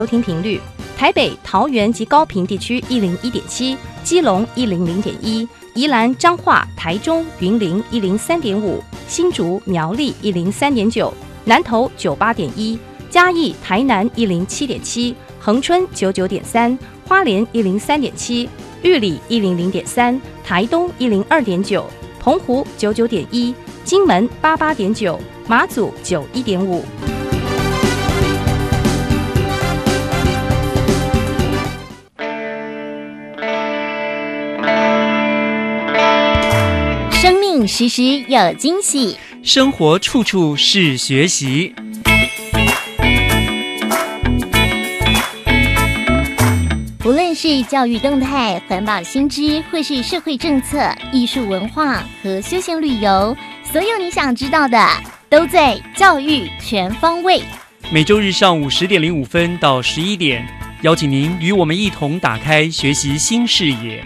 收听频率：台北、桃园及高屏地区101.7，基隆100.1，宜兰、彰化、台中、云林103.5，新竹、苗栗103.9，南投98.1，嘉义、台南107.7，恒春99.3，花莲103.7，玉里100.3，台东102.9，澎湖99.1，金门88.9，马祖91.5。 生命时时有惊喜， 生活处处是学习。 无论是教育动态、环保新知，或是社会政策、艺术文化和休闲旅游，所有你想知道的，都在教育全方位。 每周日上午10点05分到11点，邀请您与我们一同打开学习新视野。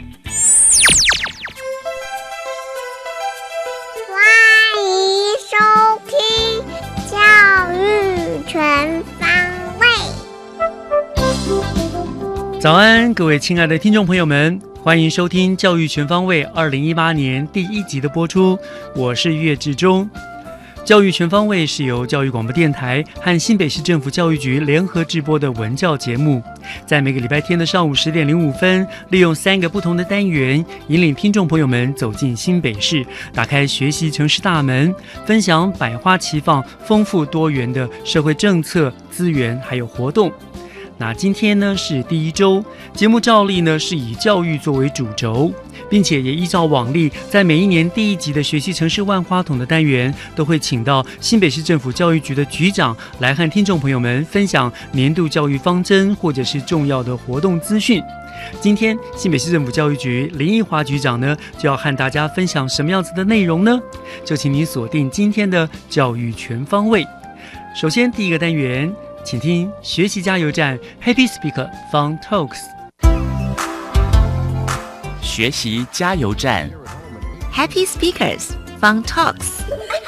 全方位。 早安，各位亲爱的听众朋友们，欢迎收听《教育全方位》2018年第1集的播出，我是岳志忠。教育全方位是由教育广播电台和新北市政府教育局联合制播的文教节目，在每个礼拜天的上午10点05分，利用3个不同的单元，引领听众朋友们走进新北市，打开学习城市大门，分享百花齐放、丰富多元的社会政策、资源还有活动。那今天呢是第1周，节目照例呢是以教育作为主轴，并且也依照往例，在每一年第1集的学习城市万花筒的单元，都会请到新北市政府教育局的局长来和听众朋友们分享年度教育方针或者是重要的活动资讯。今天新北市政府教育局林奕华局长呢，就要和大家分享什么样子的内容呢？就请你锁定今天的教育全方位。首先第一个单元，请听学习加油站 Happy Speaker Fun Talks。 学习加油站 Happy Speakers Fun Talks。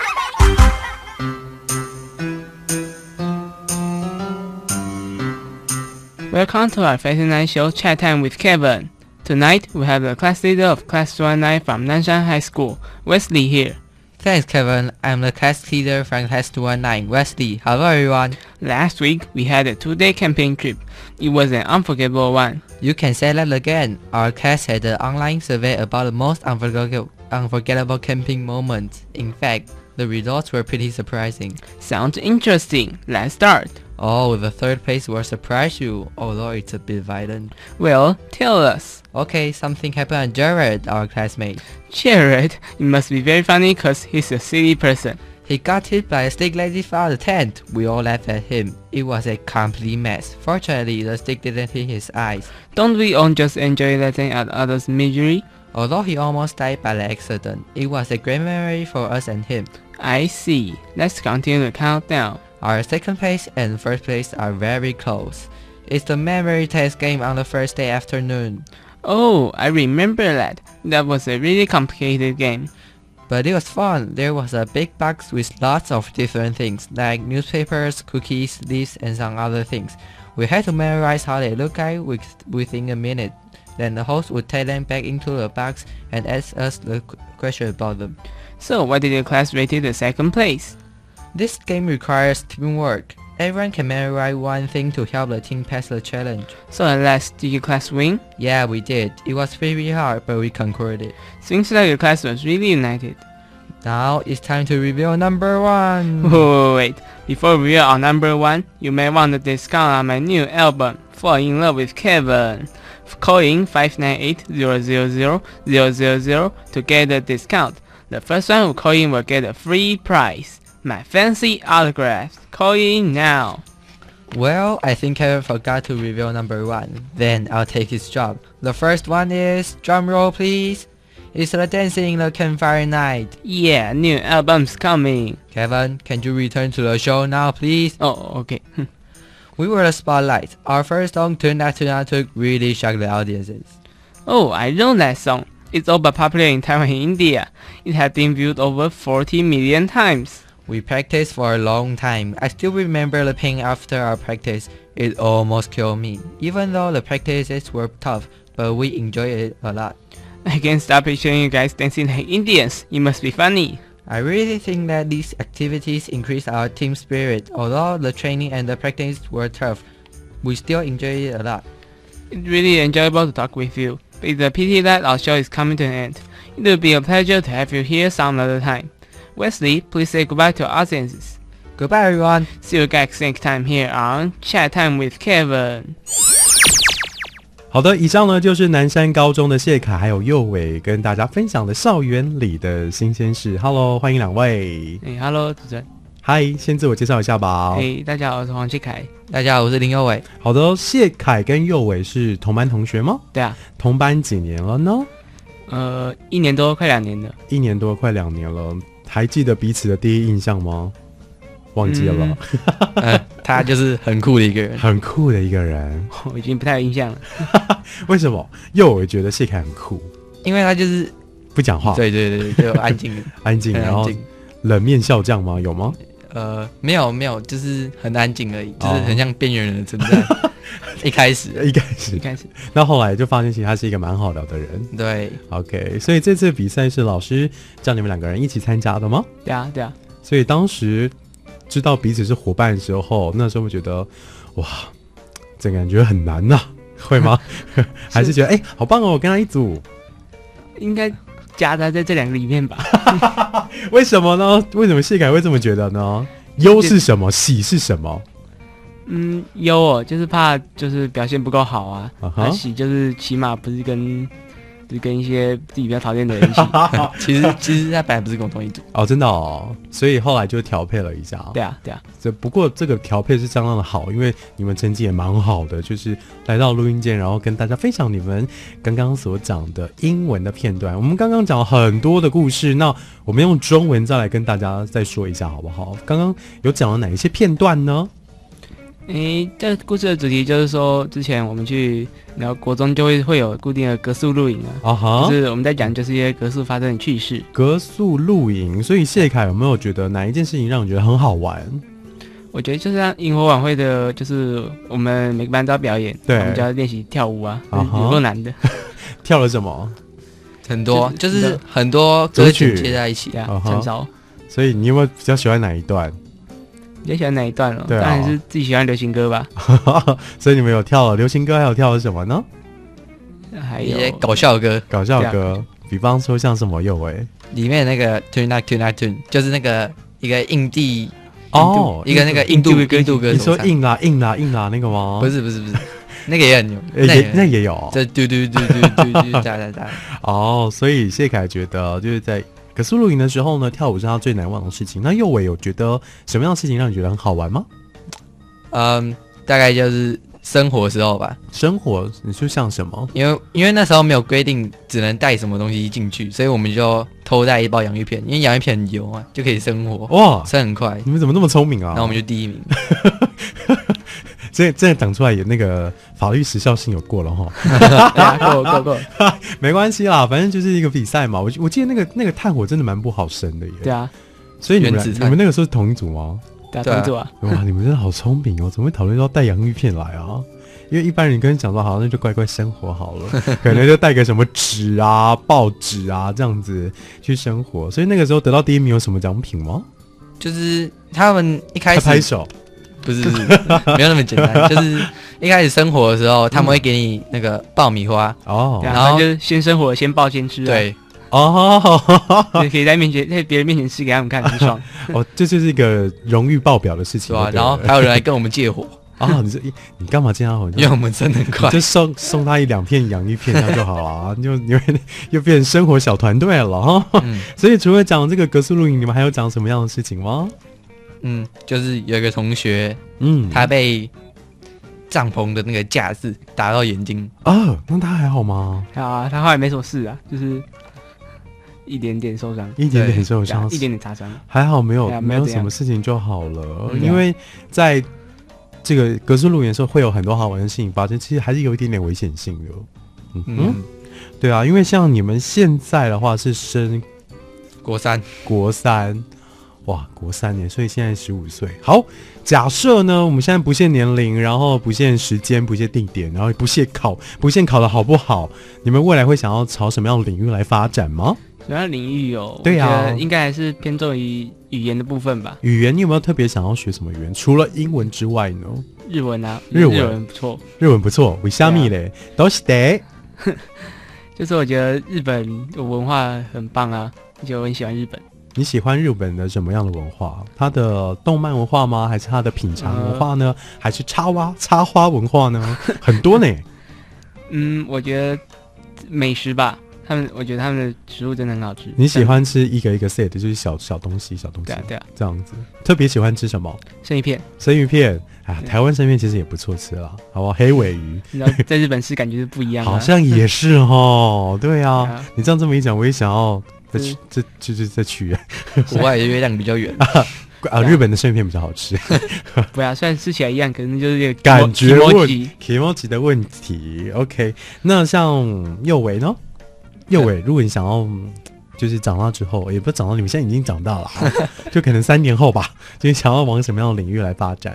Welcome to our Friday night show, Chat Time with Kevin. Tonight we have the class leader of Class 219 from Nanshan High School, Wesley here. Thanks, Kevin. I'm the class leader from Class 219, Wesley. Hello, everyone. Last week, we had a 2-day camping trip. It was an unforgettable one. You can say that again. Our class had an online survey about the most unforgettable camping moments. In fact, the results were pretty surprising. Sounds interesting. Let's start. Oh, the third place will surprise you, although it's a bit violent. Well, tell us. Okay, something happened on Jared, our classmate. Jared, it must be very funny cause he's a silly person. He got hit by a stick lady from the tent. We all laughed at him. It was a complete mess. Fortunately, the stick didn't hit his eyes. Don't we all just enjoy laughing at others' misery? Although he almost died by the accident, it was a great memory for us and him. I see. Let's continue the countdown. Our second place and first place are very close. It's the memory test game on the first day afternoon. Oh, I remember that. That was a really complicated game. But it was fun. There was a big box with lots of different things, like newspapers, cookies, leaves, and some other things. We had to memorize how they look like within a minute. Then the host would take them back into the box and ask us the question about them. So, what did your class rate the second place? This game requires teamwork. Everyone can memorize one thing to help the team pass the challenge. So at last, did your class win? Yeah, we did. It was pretty hard, but we conquered it. Seems like your class was really united. Now it's time to reveal number 1. Wait. Before we reveal our number 1, you may want to discount on my new album, Fall in Love with Kevin. Call in 598-000-000 to get the discount. The first one who call in will get a free prize. My fancy autograph. Call in now. Well, I think Kevin forgot to reveal number 1. Then I'll take his job. The first one is, drum roll please. It's the Dancing in the Campfire Night. Yeah, new album's coming. Kevin, can you return to the show now please? Oh, okay. We were the spotlight. Our first song turned out to really shock the audiences. Oh, I know that song. It's over popular in Taiwan and India. It has been viewed over 40 million times. We practiced for a long time. I still remember the pain after our practice. It almost killed me. Even though the practices were tough, but we enjoyed it a lot. I can't stop picturing you guys dancing like Indians. You must be funny. I really think that these activities increase our team spirit. Although the training and the practice were tough, we still enjoy it a lot. It's really enjoyable to talk with you. But it's a pity that our show is coming to an end. It would be a pleasure to have you here some other time. Wesley, please say goodbye to our audiences. Goodbye, everyone. See you guys next time here on Chat Time with Kevin. 好的，以上呢就是南山高中的谢凯还有佑伟跟大家分享的校园里的新鲜事。Hello， 欢迎两位。 Hello， 主持人。 嗨，先自我介绍一下吧。 大家好，我是黄谢凯。 大家好，我是林佑伟。 好的，谢凯跟佑伟是同班同学吗？ 对啊。 同班几年了呢 ？1年多，快2年了。 1年多，快2年了。还记得彼此的第一印象吗？忘记了。 他就是很酷的一个人， 很酷的一个人。 我已经不太有印象了。 为什么？佑伟觉得谢凯很酷， 因为他就是不讲话。 对对对，就安静， 安静，然后冷面笑匠吗？有吗？ 没有，就是很安静而已，就是很像边缘人的存在。一开始， 那后来就发现其实他是一个蛮好聊的人。 对 ，OK， 所以这次比赛是老师叫你们2个人一起参加的吗？ 对啊。 所以当时知道彼此是伙伴的时候，那时候会觉得哇，这感觉很难呐，会吗？还是觉得好棒哦，我跟他一组？ 应该夹杂在这2个里面吧？ 为什么呢？为什么谢凯会这么觉得呢？忧是什么？喜是什么？ 忧就是怕就是表现不够好啊。喜就是起码不是跟一些自己比较讨厌的人一起。 其实他本来不是跟我同一组哦，真的哦，所以后来就调配了一下。 对啊。 不过这个调配是相当的好，因为你们成绩也蛮好的，就是来到录音间，然后跟大家分享你们刚刚所讲的英文的片段。我们刚刚讲了很多的故事，那我们用中文再来跟大家再说一下好不好？刚刚有讲了哪一些片段呢？ 这故事的主题就是说，之前我们去然后国中就会有固定的格数录影啊，就是我们在讲就是一些格数发生的趣事。 格数录影，所以谢凯有没有觉得哪一件事情让你觉得很好玩？ 我觉得就是像萤火晚会的，就是我们每个班都要表演，对，我们就要练习跳舞啊，有多难的。 跳了什么？ 很多，就是很多歌曲接在一起啊，很少。 所以你有没有比较喜欢哪一段？ 比较喜欢哪一段了？当然是自己喜欢流行歌吧。 所以你们有跳了流行歌，还有跳了什么呢？ 还有一些搞笑歌， 比方说像什么？佑伟里面那个 Tune Like Tune Like Tune， 就是那个一个印地一个那个印度歌。 你说硬啦那个吗？ 不是，那个也很牛， 那也有。 这嘟，哒。 哦，所以谢凯觉得就是在格数露营的时候呢，跳舞是他最难忘的事情。那佑伟有觉得什么样的事情让你觉得很好玩吗？ 大概就是生活的时候吧。 生活，你说像什么？ 因为那时候没有规定只能带什么东西进去，所以我们就偷带一包洋芋片，因为洋芋片很油嘛，就可以生活。哇，生很快。 你们怎么那么聪明啊？ 然后我们就第1名。 这讲出来也那个法律时效性有过了哈。过。 没关系啦，反正就是一个比赛嘛。我记得那个炭火真的蛮不好生的耶。 对啊。 所以你们那个时候是同一组吗？ 对啊，同一组啊。 哇，你们真的好聪明哦！怎么会讨论到带洋芋片来啊？因为一般人跟你讲说，好，那就乖乖生活好了，可能就带个什么纸啊、报纸啊这样子去生活。所以那个时候得到第1名有什么奖品吗？ 就是他们一开始拍手。 不是，没有那么简单。就是一开始生活的时候，他们会给你那个爆米花哦，然后就是先生火，先爆先吃。 对， 可以在别人面前吃给他们看，很爽。 哦，这就是一个荣誉爆表的事情。 对啊，然后还有人来跟我们借火。 你干嘛借他火？ 因为我们真的很快， 就送他1-2片洋芋片，这样就好了。又变成生活小团队了哈。所以除了讲这个格数露营，你们还有讲什么样的事情吗？ 就是有一个同学，他被帐篷的那个架子打到眼睛那他还好吗？ 还好啊，他后来没什么事啊，就是一点点受伤， 一点点受伤， 一点点擦伤， 还好没有什么事情就好了。因为在这个格数露营的时候会有很多好玩的事情发生，其实还是有一点点危险性的。对啊，因为像你们现在的话是升国三。 哇，国3年，所以现在15岁。好，假设呢，我们现在不限年龄，然后不限时间，不限地点，然后不限考的好不好？你们未来会想要朝什么样的领域来发展吗？ 什么样的领域哦？ 对啊， 我觉得应该还是偏重于语言的部分吧。 语言，你有没有特别想要学什么语言？除了英文之外呢？ 日文啊， 日文不错， 日文不错。为什么嘞？都是的。 就是我觉得日本的文化很棒啊，而且我很喜欢日本。 你喜欢日本的什么样的文化？它的动漫文化吗？还是它的品尝文化呢？还是插花文化呢？很多呢。 我觉得美食吧，我觉得他们的食物真的很好吃。 你喜欢吃一个一个 set， 就是小东西。 对啊， 这样子。特别喜欢吃什么？ 生鱼片。 啊，台湾生鱼片其实也不错吃啦，好不好？黑尾鱼， 你知道在日本吃感觉是不一样的。 好像也是哦，对啊，你这样这么一讲，我也想要再去。 国外的月亮比较远日本的生鱼片比较好吃。 不要，虽然吃起来一样，可能就是这个感觉Kimochi 的问题。OK， 那像佑伟呢？佑伟，如果你想要就是长大之后，也不是长大，你们现在已经长大了，就可能3年后吧，就是想要往什么样的领域来发展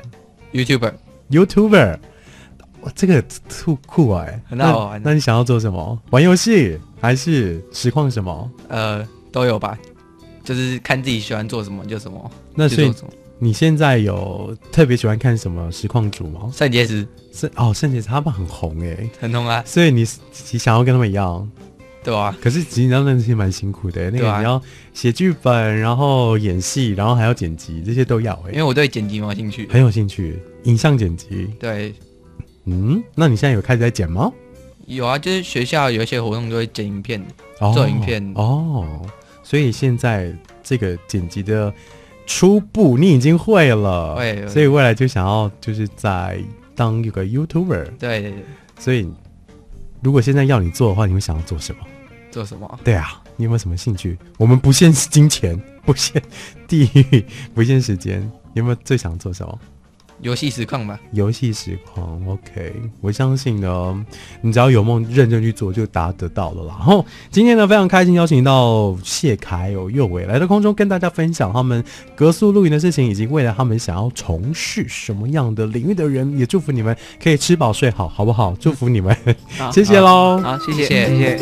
？YouTuber， 哇，这个酷哎， 很好玩。 那你想要做什么？玩游戏还是实况什么？ 都有吧，就是看自己喜欢做什么就什么。 那所以你现在有特别喜欢看什么实况组吗？ 圣结石他们很红哎， 很红啊。 所以你想要跟他们一样？对啊， 可是其实那些蛮辛苦的，那个你要写剧本，然后演戏，然后还要剪辑，这些都要。 因为我对剪辑很有兴趣，影像剪辑。 对， 那你现在有开始在剪吗？ 有啊，就是学校有一些活动都会剪影片，做影片哦。所以现在这个剪辑的初步你已经会了， 会， 所以未来就想要就是在当一个 YouTuber。 对， 所以如果现在要你做的话，你会想要做什么？ 做什么？ 对啊，你有没有什么兴趣？我们不限金钱，不限地域，不限时间，你有没有最想做什么？ 游戏实况吧。 游戏实况 ，OK， 我相信呢，你只要有梦，认真去做，就达得到了啦。然后今天呢，非常开心邀请到谢凯佑伟来到空中，跟大家分享他们格宿露营的事情，以及未来他们想要从事什么样的领域的人，也祝福你们可以吃饱睡好，好不好？祝福你们，谢谢喽。 好，谢谢。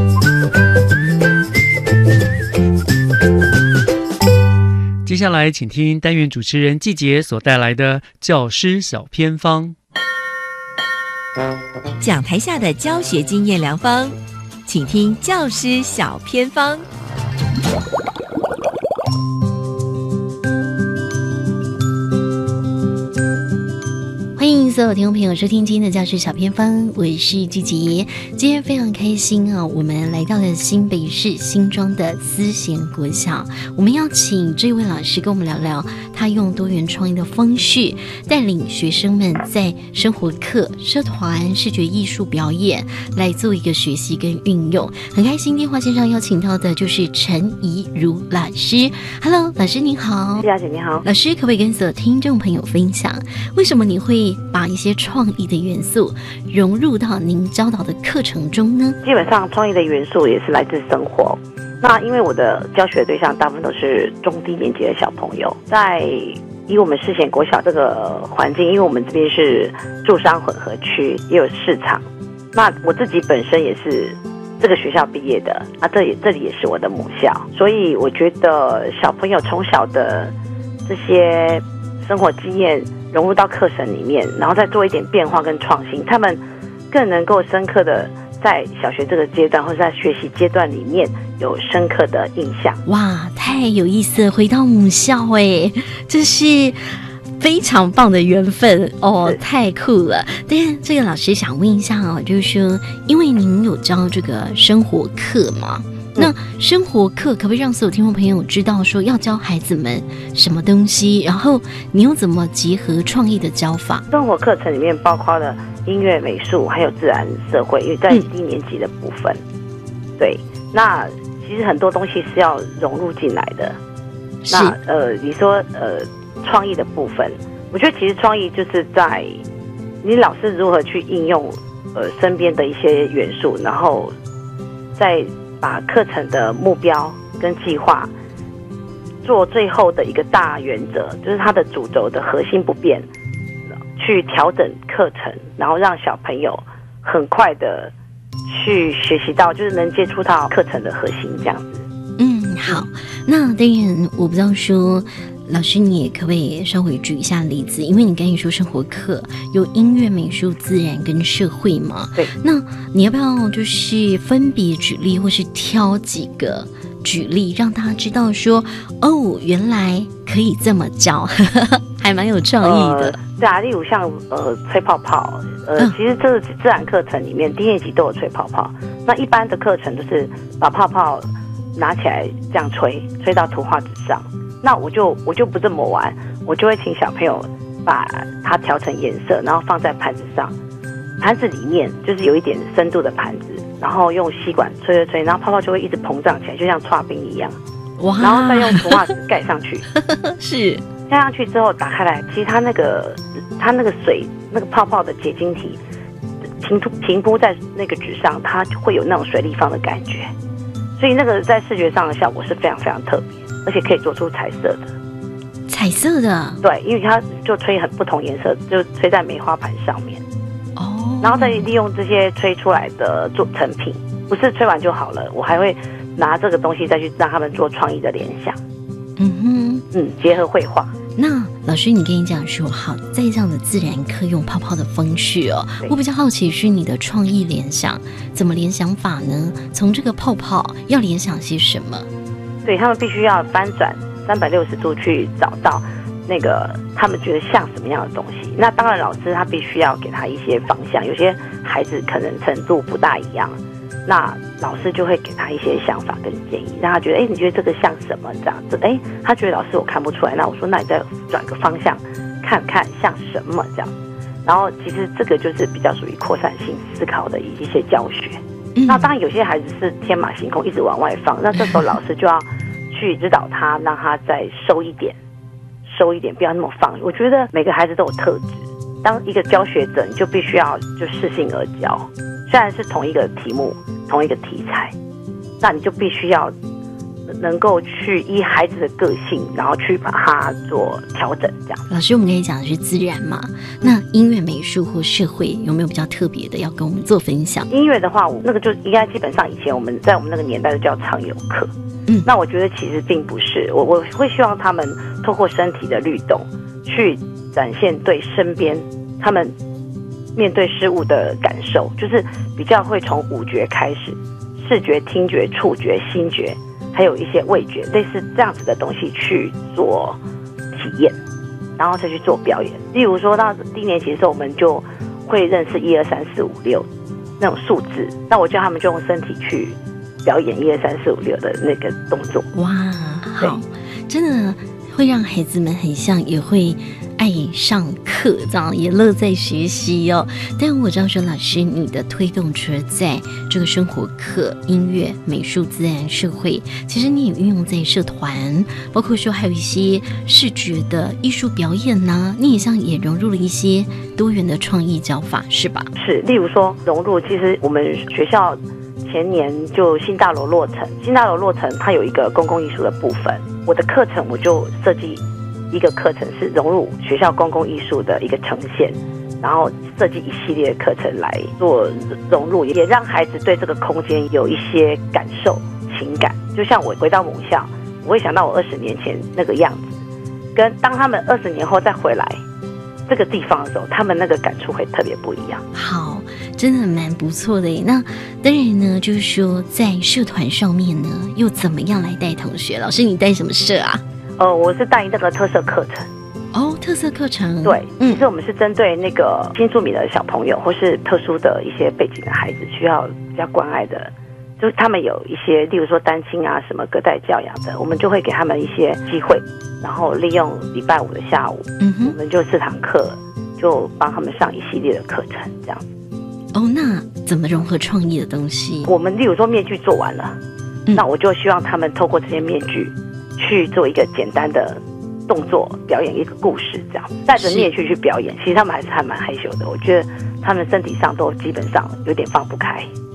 接下来，请听单元主持人季杰所带来的教师小偏方。 讲台下的教学经验良方，请听教师小偏方。 欢迎所有听众朋友收听今天的教师小偏方，我是季杰。今天非常开心啊，我们来到了新北市新庄的思贤国小，我们要请这位老师跟我们聊聊，他用多元创意的方式带领学生们在生活课、社团、视觉艺术表演来做一个学习跟运用。很开心，电话线上邀请到的就是陈怡如老师。Hello， 老师您好。 佳姐你好。 老师可不可以跟所有听众朋友分享，为什么你会把一些创意的元素融入到您教导的课程中呢？ 基本上创意的元素也是来自生活。那因为我的教学对象大部分都是中低年级的小朋友，在以我们世贤国小这个环境，因为我们这边是住商混合区，也有市场。那我自己本身也是这个学校毕业的，这里也是我的母校，所以我觉得小朋友从小的这些生活经验融入到课程里面，然后再做一点变化跟创新，他们更能够深刻的在小学这个阶段或者在学习阶段里面有深刻的印象。 哇，太有意思了！回到母校哎，这是非常棒的缘分哦，太酷了。但这个老师想问一下哦，就是说，因为您有教这个生活课嘛？那生活课可不可以让所有听众朋友知道说要教孩子们什么东西，然后你又怎么结合创意的教法？ 生活课程里面包括了音乐、美术还有自然社会，因为在低年级的部分，对，那其实很多东西是要融入进来的。那你说创意的部分，我觉得其实创意就是在你老师如何去应用身边的一些元素，然后再把课程的目标跟计划做最后的一个大原则，就是它的主轴的核心不变，去调整课程，然后让小朋友很快的去学习到，就是能接触到课程的核心这样子。 好，那当然我不知道说老师你也可不可以稍微举一下例子，因为你刚才说生活课有音乐、美术、自然跟社会嘛， 对， 那你要不要就是分别举例，或是挑几个举例，让大家知道说哦，原来可以这么教，还蛮有创意的。 对啊，例如像吹泡泡，其实这个自然课程里面低年级都有吹泡泡，那一般的课程就是把泡泡拿起来这样吹到图画纸上。那我就不这么玩，我就会请小朋友把它调成颜色，然后放在盘子上，盘子里面就是有一点深度的盘子，然后用吸管吹，然后泡泡就会一直膨胀起来，就像剉冰一样。哇！然后再用图画纸盖上去， 是盖上去之后打开来，其实它那个水那个泡泡的结晶体平铺在那个纸上，它会有那种水立方的感觉，所以那个在视觉上的效果是非常非常特别。而且可以做出彩色的， 彩色的， 对，因为它就吹很不同颜色，就吹在梅花盘上面，然后再利用这些吹出来的做成品，不是吹完就好了，我还会拿这个东西再去让他们做创意的联想，结合绘画。 那老师，你跟你讲说，好，在这样的自然课用泡泡的方式哦，我比较好奇是你的创意联想，怎么联想法呢？从这个泡泡要联想些什么？ 对，他们必须要翻转360度去找到那个他们觉得像什么样的东西。那当然老师他必须要给他一些方向，有些孩子可能程度不大一样，那老师就会给他一些想法跟建议，让他觉得你觉得这个像什么这样子，他觉得老师我看不出来，那我说那你再转个方向看看像什么这样。然后其实这个就是比较属于扩散性思考的一些教学。那当然有些孩子是天马行空一直往外放，那这时候老师就要去指导他，让他再收一点，不要那么放。我觉得每个孩子都有特质，当一个教学者你就必须要就适性而教，虽然是同一个题目同一个题材，那你就必须要能够去依孩子的个性，然后去把它做调整这样。 老师，我们刚才讲的是自然嘛，那音乐、美术或社会有没有比较特别的要跟我们做分享？ 音乐的话，那个就应该基本上以前我们在我们那个年代就叫唱游课。那我觉得其实并不是，我会希望他们透过身体的律动去展现对身边他们面对事物的感受，就是比较会从五觉开始，视觉、听觉、触觉、心觉，还有一些味觉，类似这样子的东西去做体验，然后再去做表演。例如说到低年级的时候，我们就会认识1、2、3、4、5、6那种数字，那我叫他们就用身体去表演1、2、3、4、5、6的那个动作。 哇，好，真的会让孩子们很像，也会爱上课，这样也乐在学习哦。但我知道说，老师你的推动除了在这个生活课、音乐、美术、自然、社会，其实你也运用在社团，包括说还有一些视觉的艺术表演呢，你也像也融入了一些多元的创意教法，是吧？ 是，例如说融入，其实我们学校前年就新大楼落成，它有一个公共艺术的部分，我的课程我就设计一个课程是融入学校公共艺术的一个呈现，然后设计一系列的课程来做融入，也让孩子对这个空间有一些感受、情感。就像我回到母校，我会想到我20年前那个样子，跟当他们20年后再回来这个地方的时候，他们那个感触会特别不一样。 好，真的蛮不错的耶。那当然呢，就是说在社团上面呢，又怎么样来带同学？老师，你带什么社啊？ 我是带那个特色课程。 哦，特色课程。 对，其实我们是针对那个新住民的小朋友，或是特殊的一些背景的孩子，需要比较关爱的，就是他们有一些，例如说单亲啊，什么隔代教养的，我们就会给他们一些机会，然后利用礼拜5的下午，我们就4堂课，就帮他们上一系列的课程，这样。 哦，那怎么融合创意的东西？ 我们例如说面具做完了，那我就希望他们透过这些面具去做一个简单的动作，表演一个故事，这样带着面具去表演。其实他们还蛮害羞的，我觉得他们身体上都基本上有点放不开。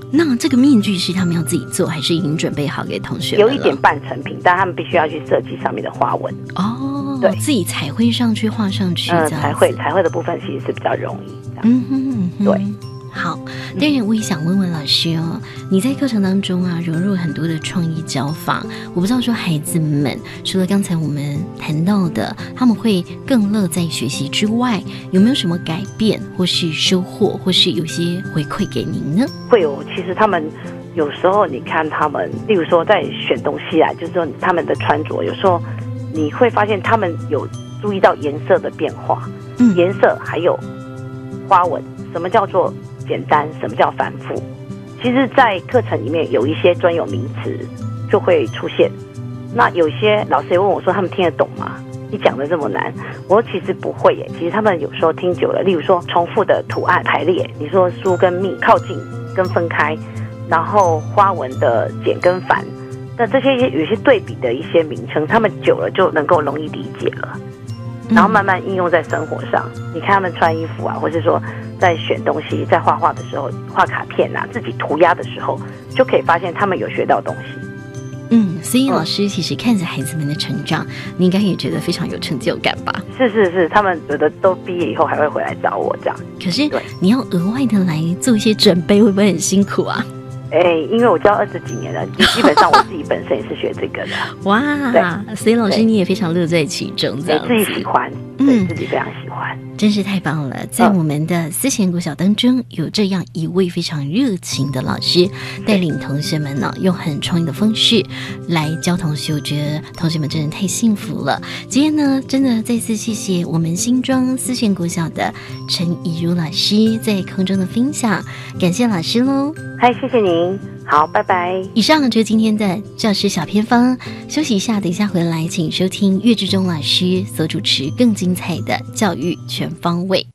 那这个面具是他们要自己做，还是已经准备好给同学们了？ 有一点半成品，但他们必须要去设计上面的花纹。 哦， 对， 自己彩绘上去，画上去，这样子。 彩绘的部分其实是比较容易。对。 好，当然我也想问问老师哦，你在课程当中啊融入很多的创意教法，我不知道说孩子们除了刚才我们谈到的他们会更乐在学习之外，有没有什么改变或是收获，或是有些回馈给您呢？ 会有，其实他们有时候你看他们，例如说在选东西啊，就是说他们的穿着，有时候你会发现他们有注意到颜色的变化，颜色还有花纹，什么叫做简单，什么叫繁复？其实在课程里面有一些专有名词就会出现。那有些老师也问我说他们听得懂吗？你讲的这么难，我说其实不会耶。其实他们有时候听久了，例如说重复的图案排列，你说疏跟密，靠近跟分开，然后花纹的简跟繁，那这些有些对比的一些名称，他们久了就能够容易理解了，然后慢慢应用在生活上。你看他们穿衣服啊，或是说在选东西，在画画的时候，画卡片啊，自己涂鸦的时候，就可以发现他们有学到东西。 所以老师其实看着孩子们的成长，你应该也觉得非常有成就感吧？ 是，他们有的都毕业以后还会回来找我这样。 可是你要额外的来做一些准备，会不会很辛苦啊？ 因为我教20几年了，基本上我自己本身也是学这个的。 哇，所以老师你也非常乐在其中，这样子。 自己喜欢，自己非常喜欢， 真是太棒了！在我们的思贤国小当中，有这样一位非常热情的老师，带领同学们呢，用很创意的方式来教同学。我觉得同学们真的太幸福了。今天呢，真的再次谢谢我们新庄思贤国小的陈怡如老师在空中的分享，感谢老师喽！ 嗨，谢谢您，好，拜拜。 以上就是今天的教师小偏方，休息一下，等一下回来，请收听岳志忠老师所主持更精彩的教育全方位。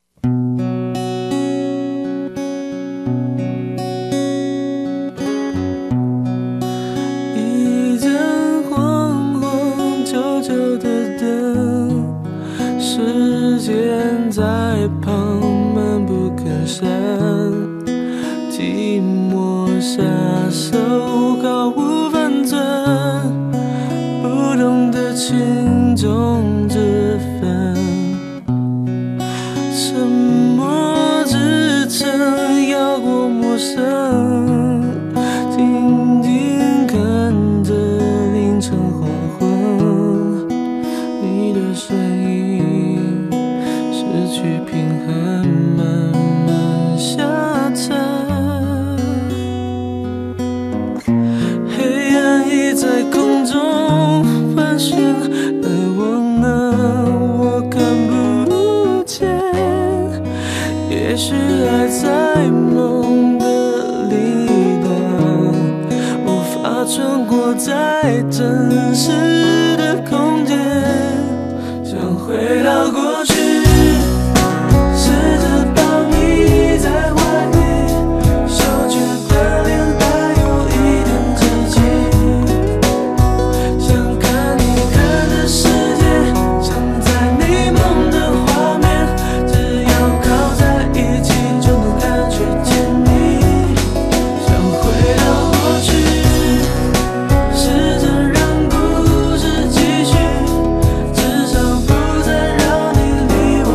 一盏黄黄旧旧的灯，时间在旁闷不吭声，寂寞下手毫无分寸，不懂得轻重之分，沉默支撑要过陌生，静静看着凌晨黄昏，你的声音失去平衡，慢慢下沉，黑暗已在空中盘旋，而我看不见，也许还在梦的另一端，无法穿过在真实的空间，想回到过去，试着抱你在怀里，羞怯的脸带有一点自己，想看你看的世界，想在你梦的画面，只要靠在一起就能感觉见你，想回到过去，试着让故事继续，至少不再让你离我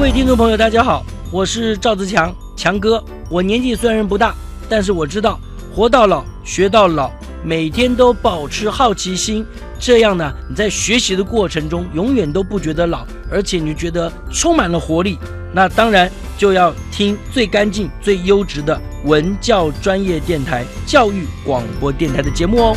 位听众朋友大家好，我是赵自强，强哥。我年纪虽然不大，但是我知道活到老学到老，每天都保持好奇心，这样呢，你在学习的过程中永远都不觉得老，而且你觉得充满了活力。那当然就要听最干净最优质的文教专业电台教育广播电台的节目哦。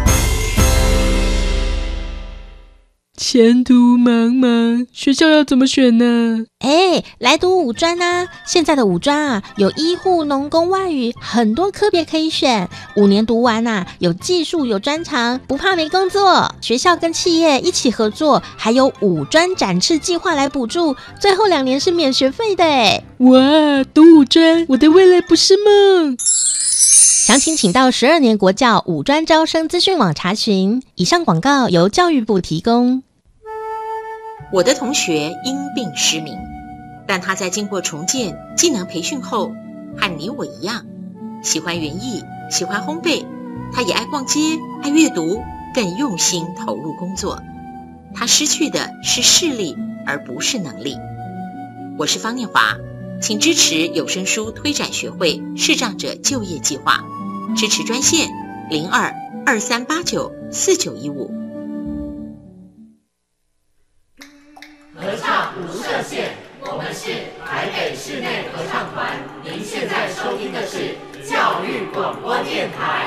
前途茫茫，学校要怎么选呢？ 来读五专啊！现在的五专啊，有医护、农工、外语，很多科别可以选。5年读完啊，有技术，有专长，不怕没工作。学校跟企业一起合作，还有五专展翅计划来补助，最后2年是免学费的耶！ 哇，读五专，我的未来不是梦。 详情请到12年国教五专招生资讯网查询。以上广告由教育部提供。 我的同学因病失明，但他在经过重建技能培训后，和你我一样，喜欢园艺，喜欢烘焙，他也爱逛街，爱阅读，更用心投入工作。他失去的是视力，而不是能力。我是方念华，请支持有声书推展学会视障者就业计划，支持专线02-2389-4915。 合唱无设限，我们是台北室内合唱团。您现在收听的是教育广播电台。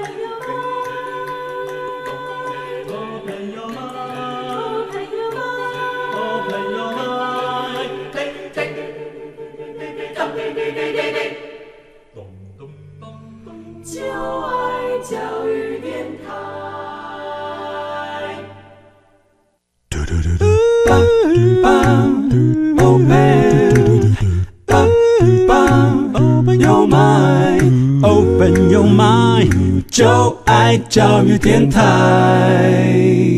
就爱教育电台。Open your mind, open your mind， 就爱教育电台。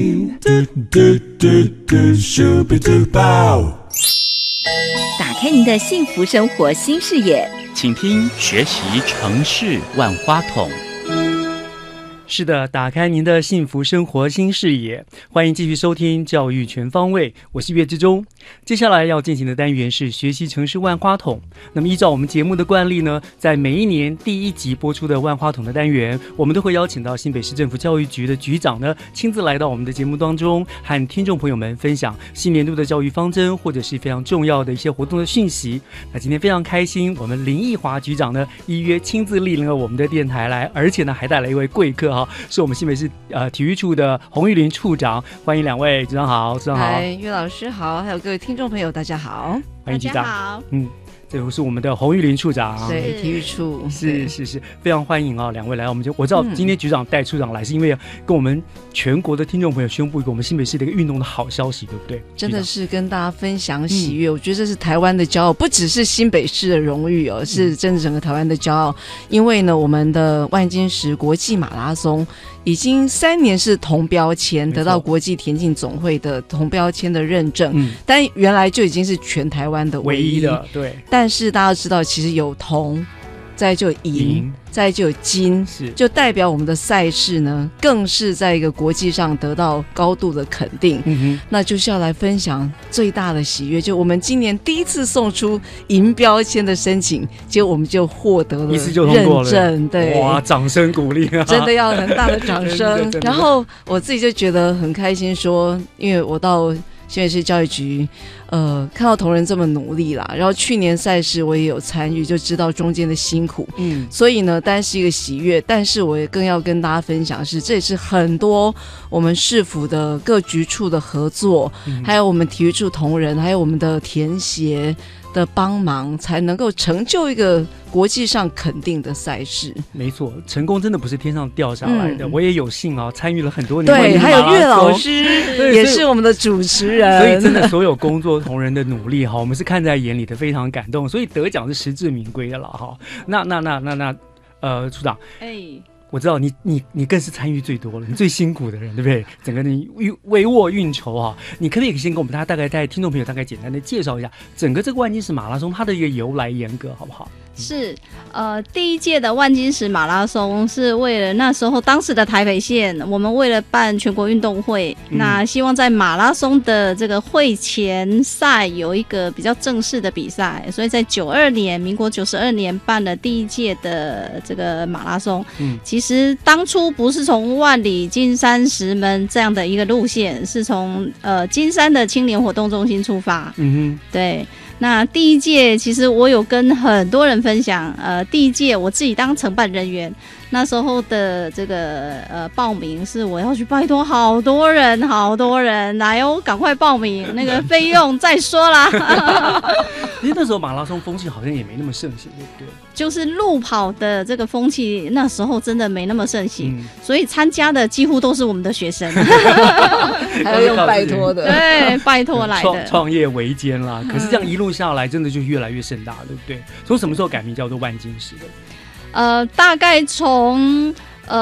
打开您的幸福生活新视野， 请听学习城市万花筒。 是的，打开您的幸福生活新视野，欢迎继续收听教育全方位，我是岳志忠。接下来要进行的单元是学习城市万花筒。那么依照我们节目的惯例呢，在每一年第1集播出的万花筒的单元，我们都会邀请到新北市政府教育局的局长呢，亲自来到我们的节目当中，和听众朋友们分享新年度的教育方针，或者是非常重要的一些活动的讯息。那今天非常开心，我们林奕华局长呢依约亲自莅临了我们的电台来，而且呢还带来一位贵客哈，是我们新北市体育处的洪玉林处长，欢迎2位，局长好，处长好， 岳老师好，还有各位听众朋友大家好， 欢迎局长， 好， 这是我们的洪玉林处长， 对，体育处是，非常欢迎2位来我们就我知道今天局长带处长来是因为跟我们全国的听众朋友宣布一个我们新北市的一个运动的好消息，对不对？ 真的是跟大家分享喜悦，我觉得这是台湾的骄傲，不只是新北市的荣誉哦，是真的整个台湾的骄傲。因为呢，我们的万金石国际马拉松已经3年是铜标签，得到国际田径总会的铜标签的认证，但原来就已经是全台湾的唯一的，对。 但是大家知道，其实有铜，再就银，再就有金，就代表我们的赛事呢，更是在一个国际上得到高度的肯定。那就是要来分享最大的喜悦，就我们今年第一次送出银标签的申请，结果我们就获得了认证，对， 哇，掌声鼓励啊！ 真的要很大的掌声。然后我自己就觉得很开心说，因为我到新北市教育局看到同仁这么努力啦，然后去年赛事我也有参与，就知道中间的辛苦，所以呢当然是一个喜悦，但是我也更要跟大家分享的是，这也是很多我们市府的各局处的合作，还有我们体育处同仁，还有我们的田协的帮忙，才能够成就一个国际上肯定的赛事。 没错，成功真的不是天上掉下来的，我也有幸参与了很多年， 对，还有岳老师也是我们的主持人， 所以真的所有工作同仁的努力我们是看在眼里的，非常感动，所以得奖是实至名归的了哈。那处长，我知道你更是参与最多了，你最辛苦的人，对不对？整个你帷幄运筹哈，你可不可以先跟我们大概听众朋友大概简单的介绍一下整个这个万金石马拉松它的一个由来严格，好不好？ 是，第一届的万金石马拉松是为了那时候当时的台北县，我们为了办全国运动会，那希望在马拉松的这个会前赛有一个比较正式的比赛，所以在民国92年办了第一届的这个马拉松。其实当初不是从万里、金山、石门这样的一个路线，是从金山的青年活动中心出发。对。那第一届其实我有跟很多人分享，第一届我自己当承办人员，那时候的这个报名是我要去拜托好多人来哦，赶快报名，那个费用再说啦。 其实那时候马拉松风气好像也没那么盛行，对不对？ 就是路跑的这个风气那时候真的没那么盛行，所以参加的几乎都是我们的学生， 还要用拜托的， 对，拜托来的， 创业维艰啦。可是这样一路下来，真的就越来越盛大，对不对？从什么时候改名叫做万金石的？ 大概从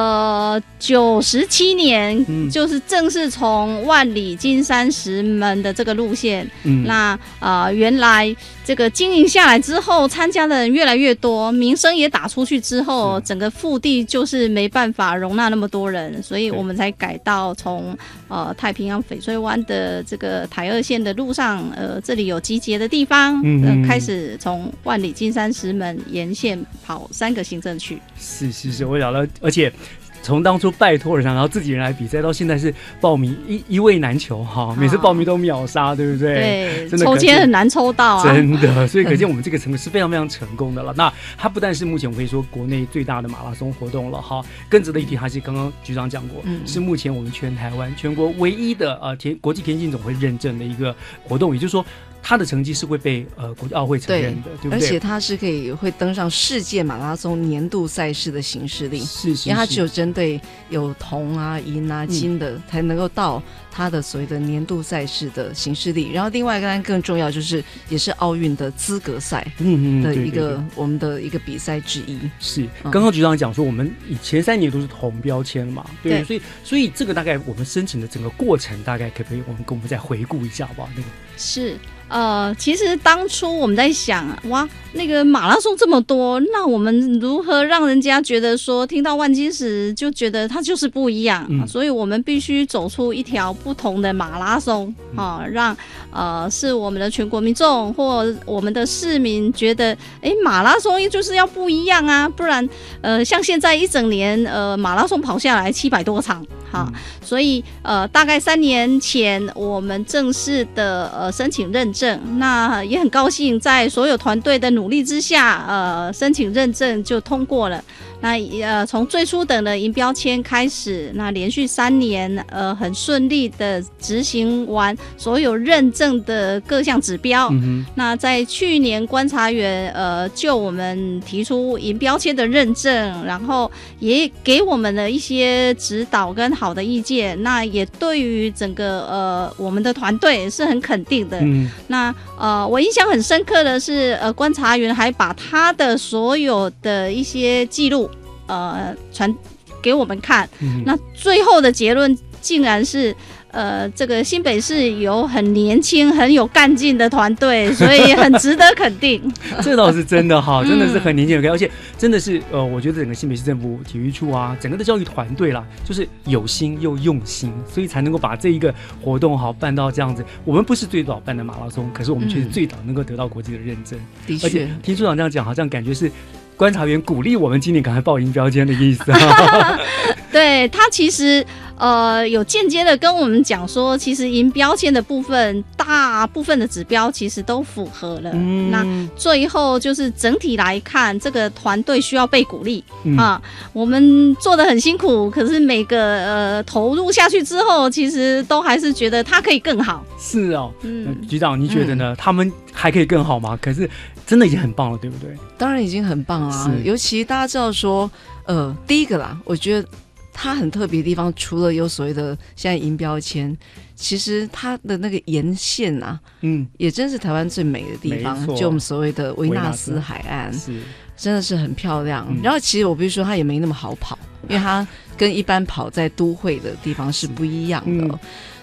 97年，就是正式从万里、金山、石门的这个路线。那原来这个经营下来之后，参加的人越来越多，名声也打出去之后，整个腹地就是没办法容纳那么多人，所以我们才改到从太平洋翡翠湾的这个台二线的路上，这里有集结的地方，开始从万里、金山、石门沿线跑3个行政区。 是，我晓得，而且从当初拜托人，然后自己人来比赛，到现在是报名一位难求哈，每次报名都秒杀，对不对？ 对，抽签很难抽到啊， 真的。所以可见我们这个成是非常非常成功的了。那它不但是目前我可以说国内最大的马拉松活动了哈，更值得一提，还是刚刚局长讲过，是目前我们全台湾全国唯一的国际田径总会认证的一个活动，也就是说。他的成绩是会被国际奥会承认的，对不对？ 而且他是会登上世界马拉松年度赛事的行事历， 是， 因为他只有针对有铜啊、银啊、金的，才能够到他的所谓的年度赛事的行事历。然后另外一个更重要就是也是奥运的资格赛的一个我们的一个比赛之一。 是，刚刚局长讲说我们以前3年都是铜标签嘛，对，所以这个大概我们申请的整个过程大概可不可以跟我们再回顾一下吧？那个是。其实当初我们在想，哇，那个马拉松这么多，那我们如何让人家觉得说听到万金石就觉得它就是不一样？所以我们必须走出一条不同的马拉松让是我们的全国民众或我们的市民觉得，马拉松就是要不一样啊，不然像现在一整年马拉松跑下来700多场。所以大概3年前我们正式的申请认证，那也很高兴在所有团队的努力之下申请认证就通过了。那从最初等的银标签开始，那连续3年很顺利的执行完所有认证的各项指标。那在去年观察员就我们提出银标签的认证，然后也给我们的一些指导跟好的意见，那也对于整个我们的团队是很肯定的。那我印象很深刻的是观察员还把他的所有的一些记录传给我们看，那最后的结论竟然是这个新北市有很年轻很有干劲的团队，所以很值得肯定。 这倒是真的哈，真的是很年轻有干劲，而且真的是我觉得整个新北市政府体育处啊，整个的教育团队啦，就是有心又用心，所以才能够把这一个活动好办到这样子。我们不是最早办的马拉松，可是我们却是最早能够得到国际的认证。 的确， 而且听处长这样讲，好像感觉是观察员鼓励我们今年赶快报银标签的意思。 对，他其实有间接的跟我们讲说，其实银标签的部分大部分的指标其实都符合了。那最后就是整体来看，这个团队需要被鼓励我们做得很辛苦，可是每个投入下去之后，其实都还是觉得它可以更好。 是哦，局长你觉得呢？他们还可以更好吗？可是真的已经很棒了，对不对？ 当然已经很棒啊，尤其大家知道说第一个啦，我觉得它很特别的地方，除了有所谓的现在银标签，其实它的那个沿线啊，也真是台湾最美的地方，就我们所谓的维纳斯海岸，真的是很漂亮。然后其实我必须说，它也没那么好跑，因为它跟一般跑在都会的地方是不一样的。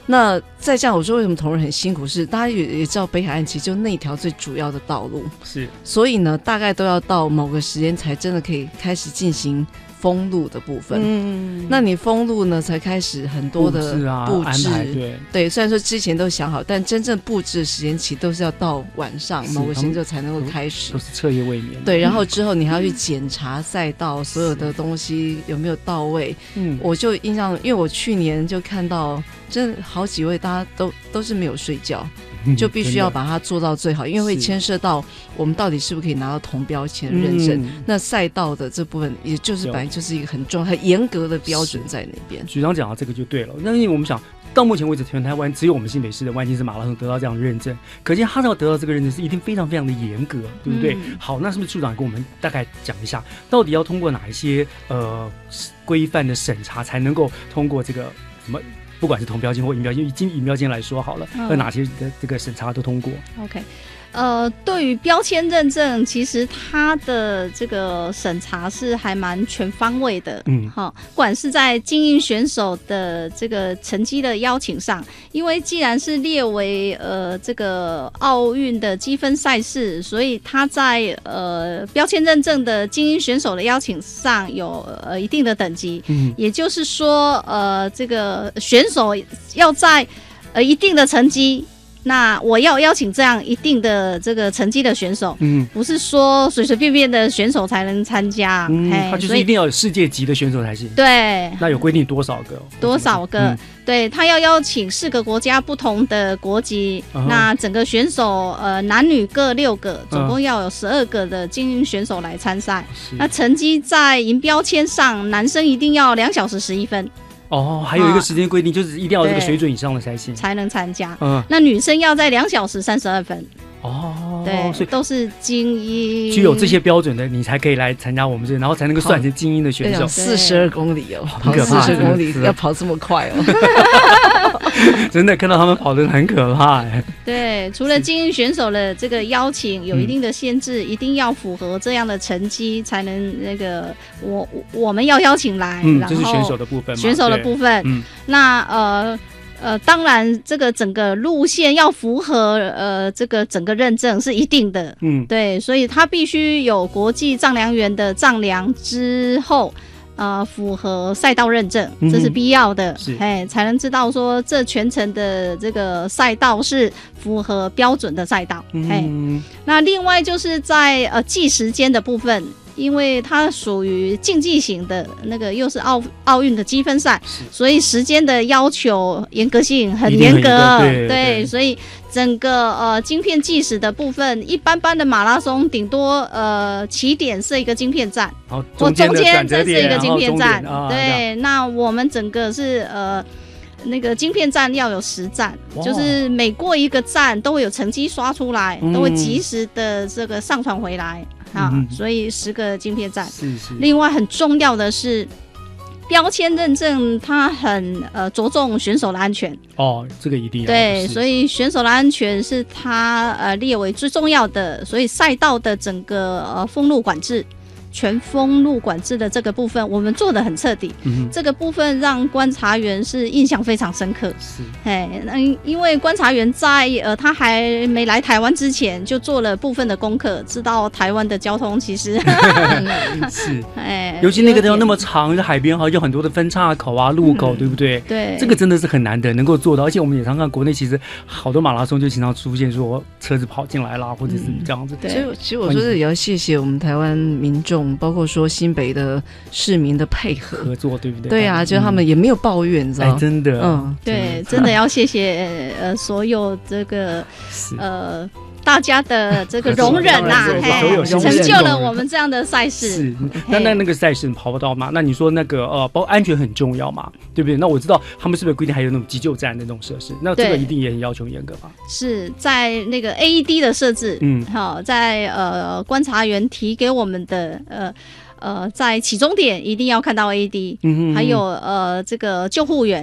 那再这样，我说为什么同仁很辛苦是，大家也知道北海岸其实就那条最主要的道路， 是， 所以呢，大概都要到某个时间才真的可以开始进行封路的部分。那你封路呢，才开始很多的布置， 安排， 对，虽然说之前都想好，但真正布置的时间期都是要到晚上某个时间就才能够开始， 都是彻夜未眠。 对，然后之后你还要去检查赛道所有的东西有没有到位。我就印象，因为我去年就看到，真的好几位大家都是没有睡觉。就必须要把它做到最好，因为会牵涉到我们到底是不是可以拿到铜标签认证。那赛道的这部分，也就是本来就是一个很重要、很严格的标准在那边。 局长讲到这个就对了，那因为我们想到目前为止，全台湾只有我们新北市的万金石马拉松得到这样的认证，可见他要得到这个认证是一定非常非常的严格，对不对？好，那是不是处长跟我们大概讲一下，到底要通过哪一些规范的审查才能够通过这个什么？不管是铜标签或银标签，以银标签来说好了，有哪些的这个审查都通过 ？OK， 对于标签认证，其实它的这个审查是还蛮全方位的。不管是在精英选手的这个成绩的邀请上，因为既然是列为这个奥运的积分赛事，所以它在标签认证的精英选手的邀请上有一定的等级。也就是说，这个选手要在一定的成绩。那我要邀请这样一定的这个成绩的选手，不是说随随便便的选手才能参加， 他就是一定要有世界级的选手才行。 对， 那有规定多少个？ 对，他要邀请4个国家不同的国籍，那整个选手男女各6个，总共要有12个的精英选手来参赛。那成绩在银标签上，男生一定要2小时11分。 还有一个时间规定，就是一定要有这个水准以上的才行， 才能参加。那女生要在2小时32分。对，所以都是精英， 具有这些标准的，你才可以来参加我们这，然后才能够算成精英的选手。 42公里哦， 很可怕 ，40公里要跑这么快哦， 真的看到他们跑得很可怕哎。 对，除了精英选手的这个邀请有一定的限制，一定要符合这样的成绩才能那个我们要邀请来， 这是选手的部分嘛。 选手的部分，那当然，这个整个路线要符合这个整个认证是一定的，对，所以它必须有国际丈量员的丈量之后，符合赛道认证，这是必要的，才能知道说这全程的这个赛道是符合标准的赛道。那另外就是在计时间的部分。因为它属于竞技型的那个，又是奥运的积分赛，所以时间的要求严格性很严格，对，所以整个晶片计时的部分，一般般的马拉松顶多起点设一个晶片站， 中间再设一个晶片站，对，那我们整个是那个晶片站要有10站，就是每过一个站都会有成绩刷出来，都会及时的这个上传回来。所以10个晶片站。另外很重要的是，标签认证它很着重选手的安全。 这个一定要。 对，所以选手的安全是它列为最重要的。所以赛道的整个封路管制。全封路管制的这个部分，我们做得很彻底。这个部分让观察员是印象非常深刻。因为观察员在他还没来台湾之前，就做了部分的功课，知道台湾的交通其实是，尤其那个地方那么长，海边好像有很多的分岔口啊、路口，对不对？ 对， 这个真的是很难得能够做到。而且我们也常看国内，其实好多马拉松就经常出现说车子跑进来啦，或者是这样子。 所以其实我说也要谢谢我们台湾民众。包括说新北的市民的配合作，对不对？ 对啊，就他们也没有抱怨，你知道？ 真的， 对，真的要谢谢所有这个大家的这个容忍成就了我们这样的赛事。 是，那个赛事跑不到嘛？那你说那个包括安全很重要嘛？对不对？那我知道他们是不是规定还有那种急救站的那种设施？那这个一定也很要求严格吧？ 是在那个 AED 的设置，在观察员提给我们的在起终点一定要看到 AED，还有这个救护员。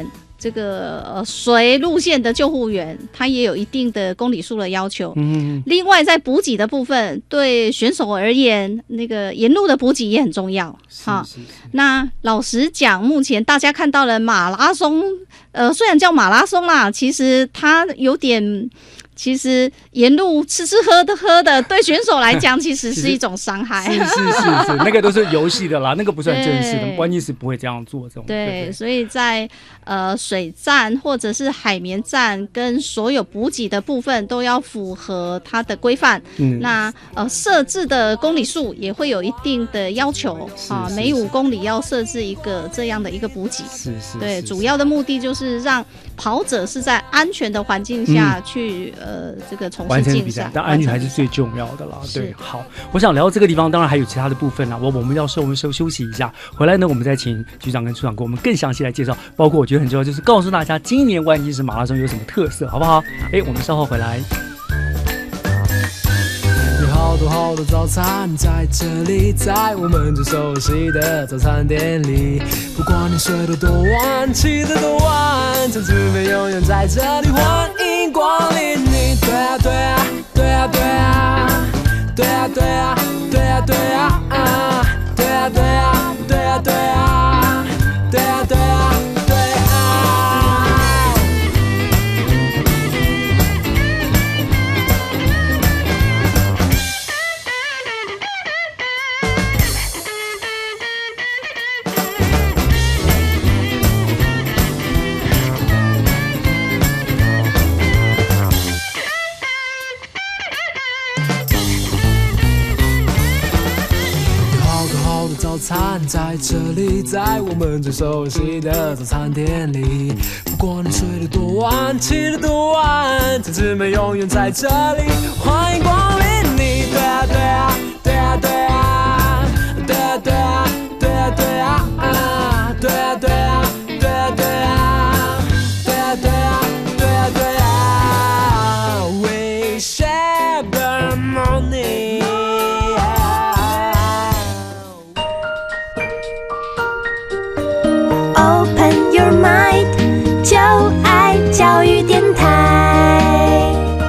这个随路线的救护员，他也有一定的公里数的要求。另外在补给的部分，对选手而言，那个沿路的补给也很重要。那老实讲，目前大家看到了马拉松，虽然叫马拉松啦，其实它有点。其实沿路吃喝的，对选手来讲，其实是一种伤害。 是，那个都是游戏的啦，那个不算正式的，万一是不会这样做这种。 对，所以在水站或者是海绵站跟所有补给的部分都要符合它的规范。那设置的公里数也会有一定的要求啊，每5公里要设置一个这样的一个补给。对，主要的目的就是让跑者是在安全的环境下去。这个从事竞赛， 但安全还是最重要的啦。对，好，我想聊到这个地方，当然还有其他的部分啦。我们要休息一下，回来呢，我们再请局长跟处长给我们更详细来介绍，包括我觉得很重要，就是告诉大家今年万金石马拉松有什么特色，好不好？我们稍后回来。 有好多早餐在这里，在我们最熟悉的早餐店里。不管你睡得多晚，起得多晚，这资费永远在这里，欢迎光临你。对啊对啊对啊对啊对啊对啊对啊对啊对啊对啊对啊对啊对啊对啊。早餐在这里，在我们最熟悉的早餐店里。不管你睡得多晚，起得多晚，同志们永远在这里，欢迎光临你。对啊对啊对啊对啊对啊对啊对啊对啊对啊对啊对啊对啊对啊对啊对啊对啊 We share the morning。 Open your mind， 就爱教育电台。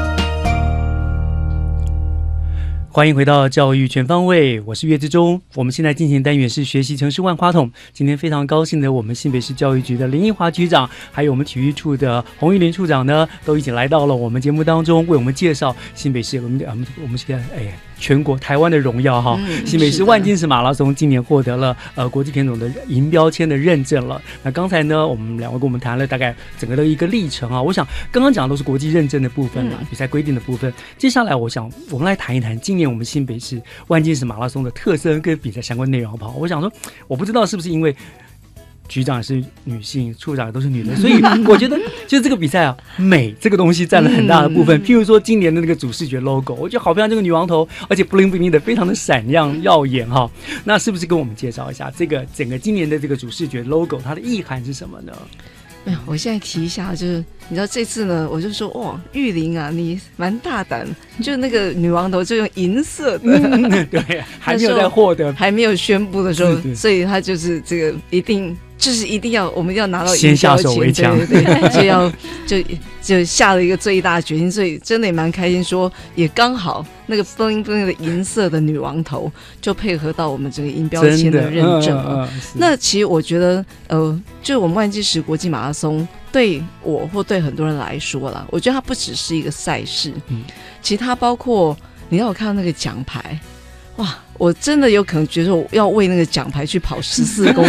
欢迎回到教育全方位，我是岳志忠。我们现在进行单元是学习城市万花筒。今天非常高兴的，我们新北市教育局的林奕华局长，还有我们体育处的洪玉林处长呢，都一起来到了我们节目当中，为我们介绍新北市我们现在全国台湾的荣耀哈，新北市万金石马拉松今年获得了国际田总的银标签的认证了。那刚才呢，我们两位跟我们谈了大概整个的一个历程啊。我想刚刚讲的都是国际认证的部分啦，比赛规定的部分。接下来我想我们来谈一谈今年我们新北市万金石马拉松的特色跟比赛相关内容好不好？我想说，我不知道是不是因为局长也是女性，处长也都是女的，所以我觉得就是这个比赛啊，美这个东西占了很大的部分。譬如说今年的那个主视觉 logo， 我觉得好漂亮，这个女王头，而且 bling bling 的，非常的闪亮耀眼哈。那是不是跟我们介绍一下这个整个今年的这个主视觉 logo 它的意涵是什么呢？ 没有，我现在提一下，就是你知道这次呢，我就说哇，玉玲啊，你蛮大胆，就那个女王头就用银色的， 对，还没有在获得， 还没有宣布的时候，所以他就是这个一定要，我们要拿到先下手为强， 对，就下了一个最大决心，所以真的也蛮开心，说也刚好那个 bling bling 的银色的女王头就配合到我们这个银标签的认证那其实我觉得就我们万金石国际马拉松对我或对很多人来说啦，我觉得它不只是一个赛事，其实它包括你让我看到那个奖牌，哇，我真的有可能觉得我要为那个奖牌去跑14公里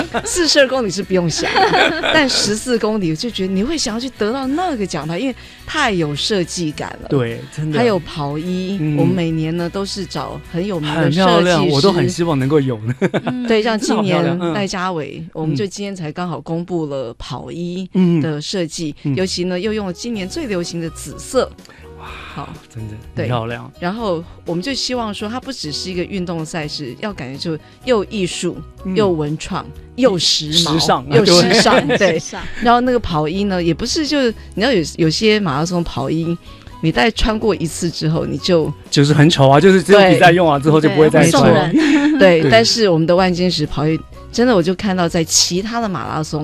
42公里是不用想的，但14公里我就觉得你会想要去得到那个奖牌，因为太有设计感了。 对，真的。 还有跑衣，我们每年呢都是找很有名的设计师， 很漂亮，我都很希望能够有呢。 对，像今年赖家伟，我们就今天才刚好公布了跑衣的设计，尤其呢又用了今年最流行的紫色。 好，真的很漂亮。 然后我们就希望说，它不只是一个运动赛事，要感觉就又艺术、又文创、又时尚、又时尚。对。然后那个跑衣呢，也不是就是你知道有些马拉松跑衣，你大概穿过一次之后，你就是很丑啊，就是只有比赛用完之后就不会再穿。 对，但是我们的万金石跑衣，真的我就看到在其他的马拉松。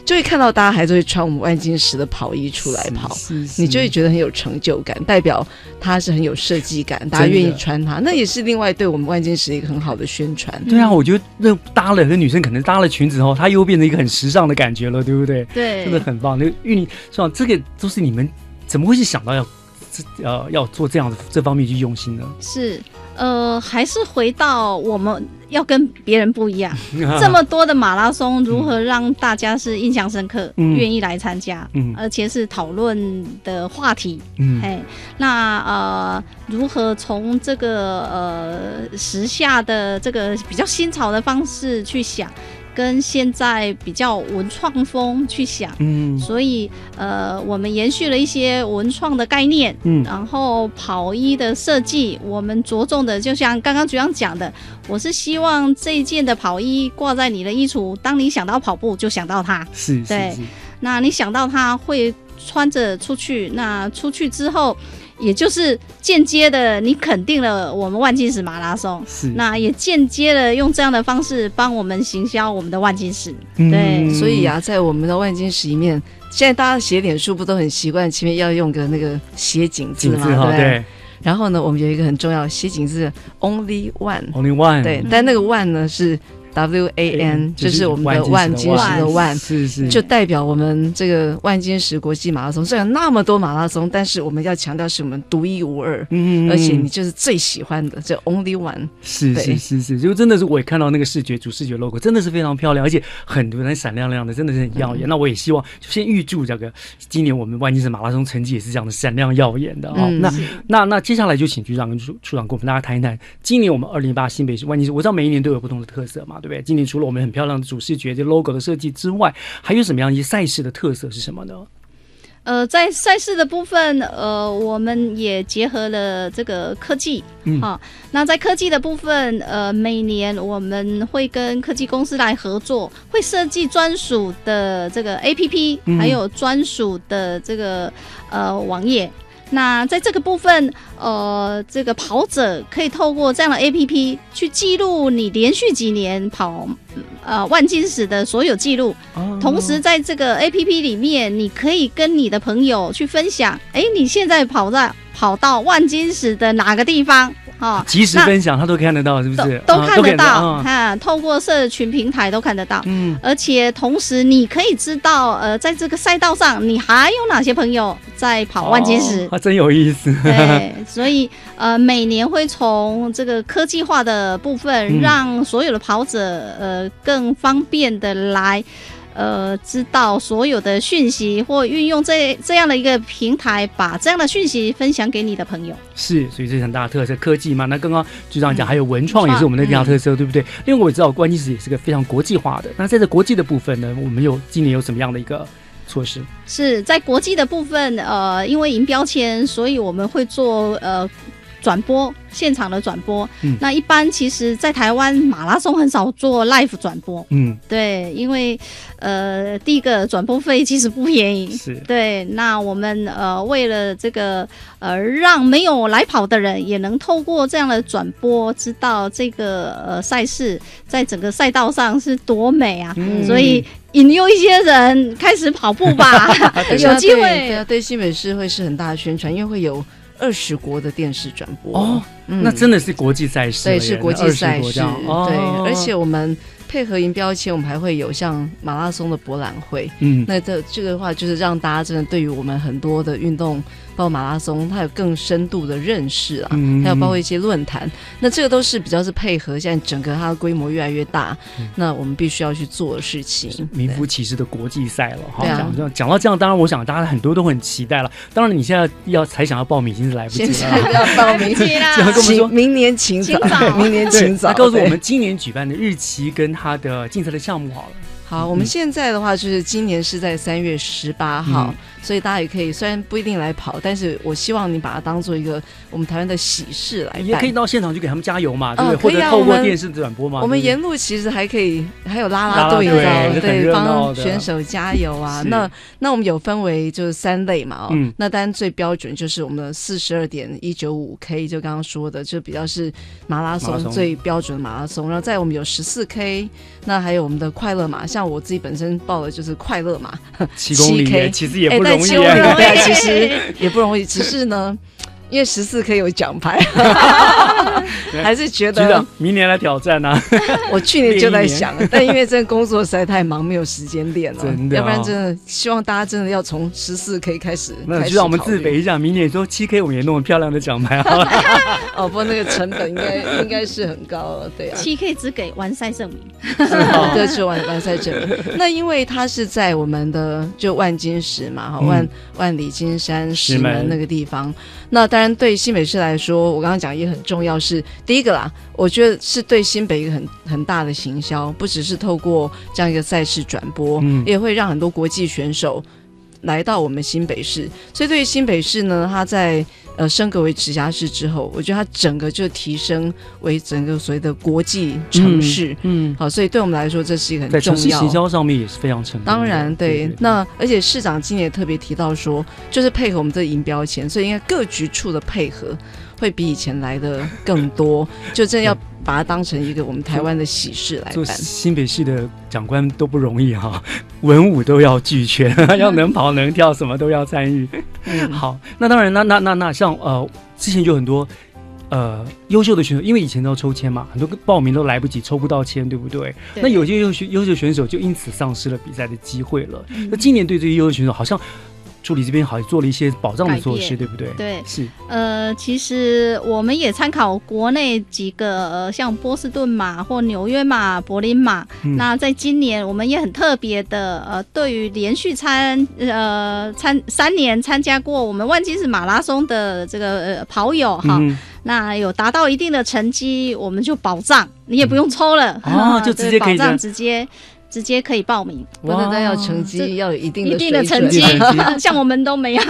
就会看到大家还是会穿我们万金石的跑衣出来跑，你就会觉得很有成就感，代表它是很有设计感，大家愿意穿它，那也是另外对我们万金石一个很好的宣传。 对啊，我觉得那搭了跟女生可能搭了裙子后，她又变成一个很时尚的感觉了，对不对？ 对， 真的很棒。那玉妮说这个都是你们怎么会去想到要做这样的这方面去用心呢？ 是还是回到我们要跟别人不一样这么多的马拉松如何让大家是印象深刻，愿意来参加，而且是讨论的话题。那如何从这个时下的这个比较新潮的方式去想，跟现在比较文创风去想，所以我们延续了一些文创的概念，然后跑衣的设计，我们着重的就像刚刚局长讲的，我是希望这一件的跑衣挂在你的衣橱，当你想到跑步就想到它，对，那你想到它会穿着出去，那出去之后。也就是间接的，你肯定了我们万金石马拉松，那也间接的用这样的方式帮我们行销我们的万金石。对， 所以啊，在我们的万金石里面，现在大家写脸书不都很习惯前面要用个那个斜井字嘛，对不对？然后呢，我们有一个很重要的斜井字 ，Only One， 对，但那个 One 呢是。WAN 就是我们的万金石的万，就代表我们这个万金石国际马拉松。虽然那么多马拉松，但是我们要强调是我们独一无二，而且你就是最喜欢的，这 Only One。 是，就真的是我也看到那个主视觉 logo， 真的是非常漂亮，而且很多人闪亮亮的，真的是很耀眼。那我也希望就先预祝这个今年我们万金石马拉松成绩也是这样的闪亮耀眼的啊。那接下来就请局长跟处长跟我们大家谈一谈，今年我们2018新北市万金石，我知道每一年都有不同的特色嘛。对不对？今年除了我们很漂亮的主视觉这 logo 的设计之外，还有什么样一些赛事的特色是什么呢？ 在赛事的部分，我们也结合了这个科技，那在科技的部分，每年我们会跟科技公司来合作，会设计专属的这个 APP，还有专属的这个网页。那在这个部分，这个跑者可以透过这样的 APP 去记录你连续几年跑万金石的所有记录，同时在这个 APP 里面，你可以跟你的朋友去分享，你现在跑到万金石的哪个地方？ 即时分享，他都看得到，是不是？ 都看得到，透过社群平台都看得到。而且同时你可以知道，在这个赛道上，你还有哪些朋友在跑万金石？ 真有意思。 对，所以每年会从这个科技化的部分，让所有的跑者更方便的来。知道所有的讯息，或运用这样的一个平台，把这样的讯息分享给你的朋友。 是，所以这是很大的特色，科技嘛。那刚刚局长讲，还有文创也是我们的非常特色，对不对？另外我知道万金石也是个非常国际化的。那在这国际的部分呢，我们今年有什么样的一个措施？ 是在国际的部分，因为银标签，所以我们会做转播，现场的转播。那一般其实在台湾马拉松很少做 live 转播。对，因为第一个转播费其实不便宜。对，那我们为了这个让没有来跑的人也能透过这样的转播知道这个赛事在整个赛道上是多美啊，所以引诱一些人开始跑步吧。有机会对新北市会是很大的宣传，因为会有20国的电视转播那真的是国际赛事， 对，是国际赛事，对，而且我们配合银标签，我们还会有像马拉松的博览会，那这个的话就是让大家真的对于我们很多的运动，包括马拉松，它有更深度的认识啊，还有包括一些论坛，那这个都是比较是配合现在整个它的规模越来越大，那我们必须要去做的事情， 名副其实的国际赛了。好，讲到这样，当然我想大家很多都很期待了。当然你现在才想要报名，已经是来不及了， 现在不要报名啦，明年请早，明年请早。 告诉我们今年举办的日期跟它的竞赛的项目好了。 好，我们现在的话就是今年是在3月18号，所以大家也可以，虽然不一定来跑，但是我希望你把它当做一个我们台湾的喜事来办， 也可以到现场去给他们加油嘛，对不对？或者透过电视转播嘛。 我们沿路其实还可以，还有啦啦队，对，帮选手加油啊。那我们有分为就是3类嘛，那当然最标准就是我们的42.195K， 就刚刚说的，就比较是马拉松最标准的马拉松。然后在我们有14K， 那还有我们的快乐马。 像我自己本身报的就是快乐嘛 ，7公里 7K 其实也不容易， 对啊，其实也不容易，只是呢。因为14K 有奖牌，还是觉得局长明年来挑战啊！ 我去年就在想，但因为这工作实在太忙，没有时间练了。 真的、 要不然真的希望大家真的要从14K 开始。 那局长，我们自肥一下，明年说7K 我们也弄漂亮的奖牌好了。 哦，不过那个成本应该是很高，对啊。 7K 只给完赛证明， 对，是完赛证明。那因为它是在我们的就万金石嘛，万里金山石门那个地方。那当然，对新北市来说，我刚刚讲也很重要是第一个啦，我觉得是对新北一个很大的行销，不只是透过这样一个赛事转播，也会让很多国际选手来到我们新北市。所以对于新北市呢，它在升格为直辖市之后，我觉得它整个就提升为整个所谓的国际城市。好，所以对我们来说，这是一个很重要。 在城市行销上面也是非常成功的。 当然，对。那而且市长今年也特别提到说，就是配合我们这银标签，所以应该各局处的配合会比以前来的更多，就真的要把它当成一个我们台湾的喜事来办。 做新北市的长官都不容易哈，文武都要俱全，要能跑能跳，什么都要参与。好，那当然，那像之前就很多优秀的选手，因为以前都要抽签嘛，很多报名都来不及，抽不到签，对不对？那有些优秀选手就因此丧失了比赛的机会了。那今年对这些优秀选手，好像助理这边好像做了一些保障的措施，对不对？ 对， 是。 其实我们也参考国内几个像波士顿马或纽约马、柏林马。那在今年我们也很特别的，对于连续3年参加过我们万金石马拉松的这个跑友哈。那有达到一定的成绩，我们就保障，你也不用抽了， 就直接可以保障，直接可以报名。 不能但要成绩要有一定的成绩，像我们都没有。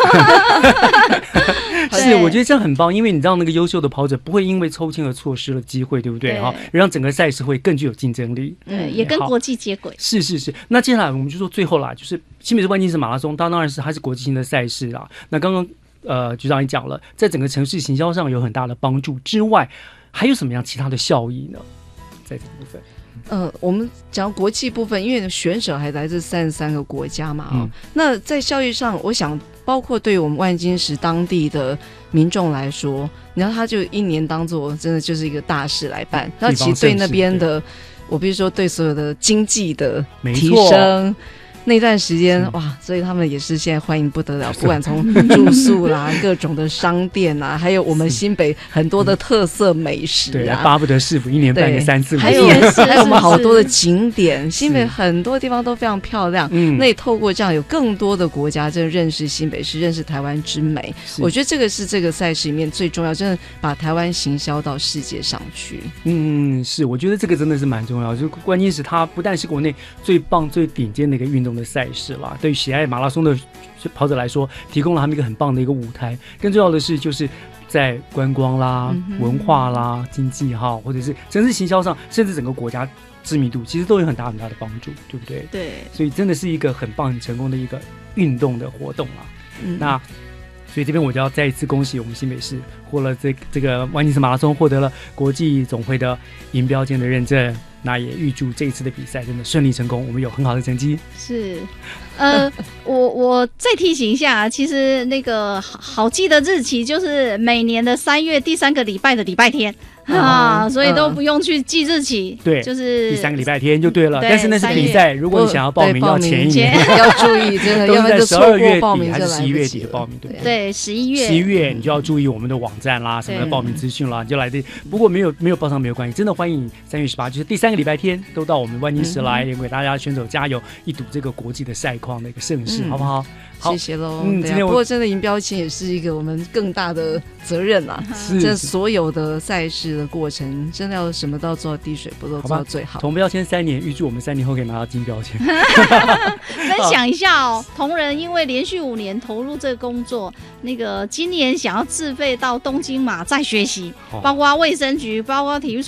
是，我觉得这样很棒，因为你知道那个优秀的跑者不会因为抽签而错失了机会，对不对？让整个赛事会更具有竞争力。 对，也跟国际接轨。 是。那接下来我们就说最后啦，就是新北市万金石马拉松，当然是它是国际性的赛事啦。那刚刚局长也讲了，在整个城市行销上有很大的帮助之外，还有什么样其他的效益呢？在这个部分。 我们讲国际部分，因为选手还来自33个国家嘛，那在效益上，我想包括对于我们万金石当地的民众来说，你知道他就一年当做真的就是一个大事来办，然后其实对那边的，我必须说对所有的经济的提升。那段时间哇，所以他们也是现在欢迎不得了，不管从住宿啦、各种的商店啦，还有我们新北很多的特色美食啊， 对，巴不得市府1年办个3、4、5， 还有我们好多的景点，新北很多地方都非常漂亮。那也透过这样有更多的国家真的认识新北市，认识台湾之美。我觉得这个是这个赛事里面最重要，真的把台湾行销到世界上去。 是，我觉得这个真的是蛮重要。就万金石它不但是国内最棒、最顶尖的一个运动的赛事啦，对于喜爱马拉松的跑者来说，提供了他们一个很棒的一个舞台。更重要的是，就是在观光啦、文化啦、经济哈，或者是城市行销上，甚至整个国家知名度，其实都有很大很大的帮助，对不对？ 对， 所以真的是一个很棒、很成功的一个运动的活动啦。那所以这边我就要再一次恭喜我们新北市获了这个万金石马拉松获得了国际总会的银标签的认证。那也预祝这一次的比赛真的顺利成功，我们有很好的成绩。 是，我再提醒一下，其实那个好记的日期就是每年的3月第3个礼拜的礼拜天。所以都不用去记日期， 对， 就是第3个礼拜天就对了。但是那是比赛，如果你想要报名，要前一年要注意，真的， 都是在12月底还是11月底的报名，对不对？ 对，11 月你就要注意我们的网站啦，什么的报名资讯啦，你就来的。不过没有报上没有关系，真的欢迎3月18，就是第3个礼拜天都到我们万金石来，也给大家选手加油，一睹这个国际的赛况的一个盛事，好不好？好， 谢谢喽。不过真的银标签也是一个我们更大的责任啦。这所有的赛事的过程，真的要什么都要做到滴水不漏，做到最好。 铜标签3年，预祝我们3年后可以拿到金标签。 分享一下哦，同仁因为连续5年投入这个工作，那个今年想要自费到东京马再学习，包括卫生局、包括体育处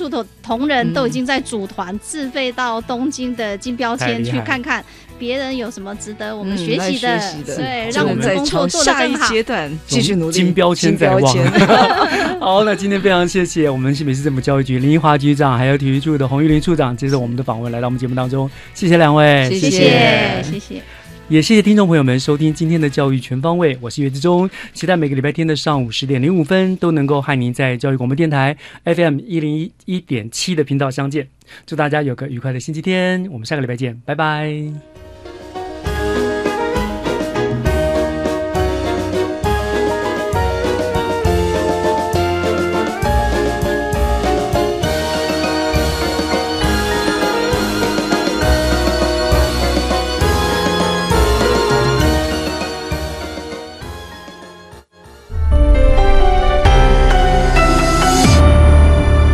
同仁都已经在组团自费到东京的金标签去看看别人有什么值得我们学习的，对，让我们工作做得更好。 下一阶段继续努力， 金标签在望。好，那今天非常谢谢我们新北市政府教育局林奕华局长，还有体育处的洪玉玲处长接受我们的访问，来到我们节目当中，谢谢两位， 谢谢。 也谢谢听众朋友们收听今天的教育全方位，我是岳志忠，期待每个礼拜天的上午10点05分都能够和您在教育广播电台 FM 101.7的频道相见。祝大家有个愉快的星期天，我们下个礼拜见，拜拜。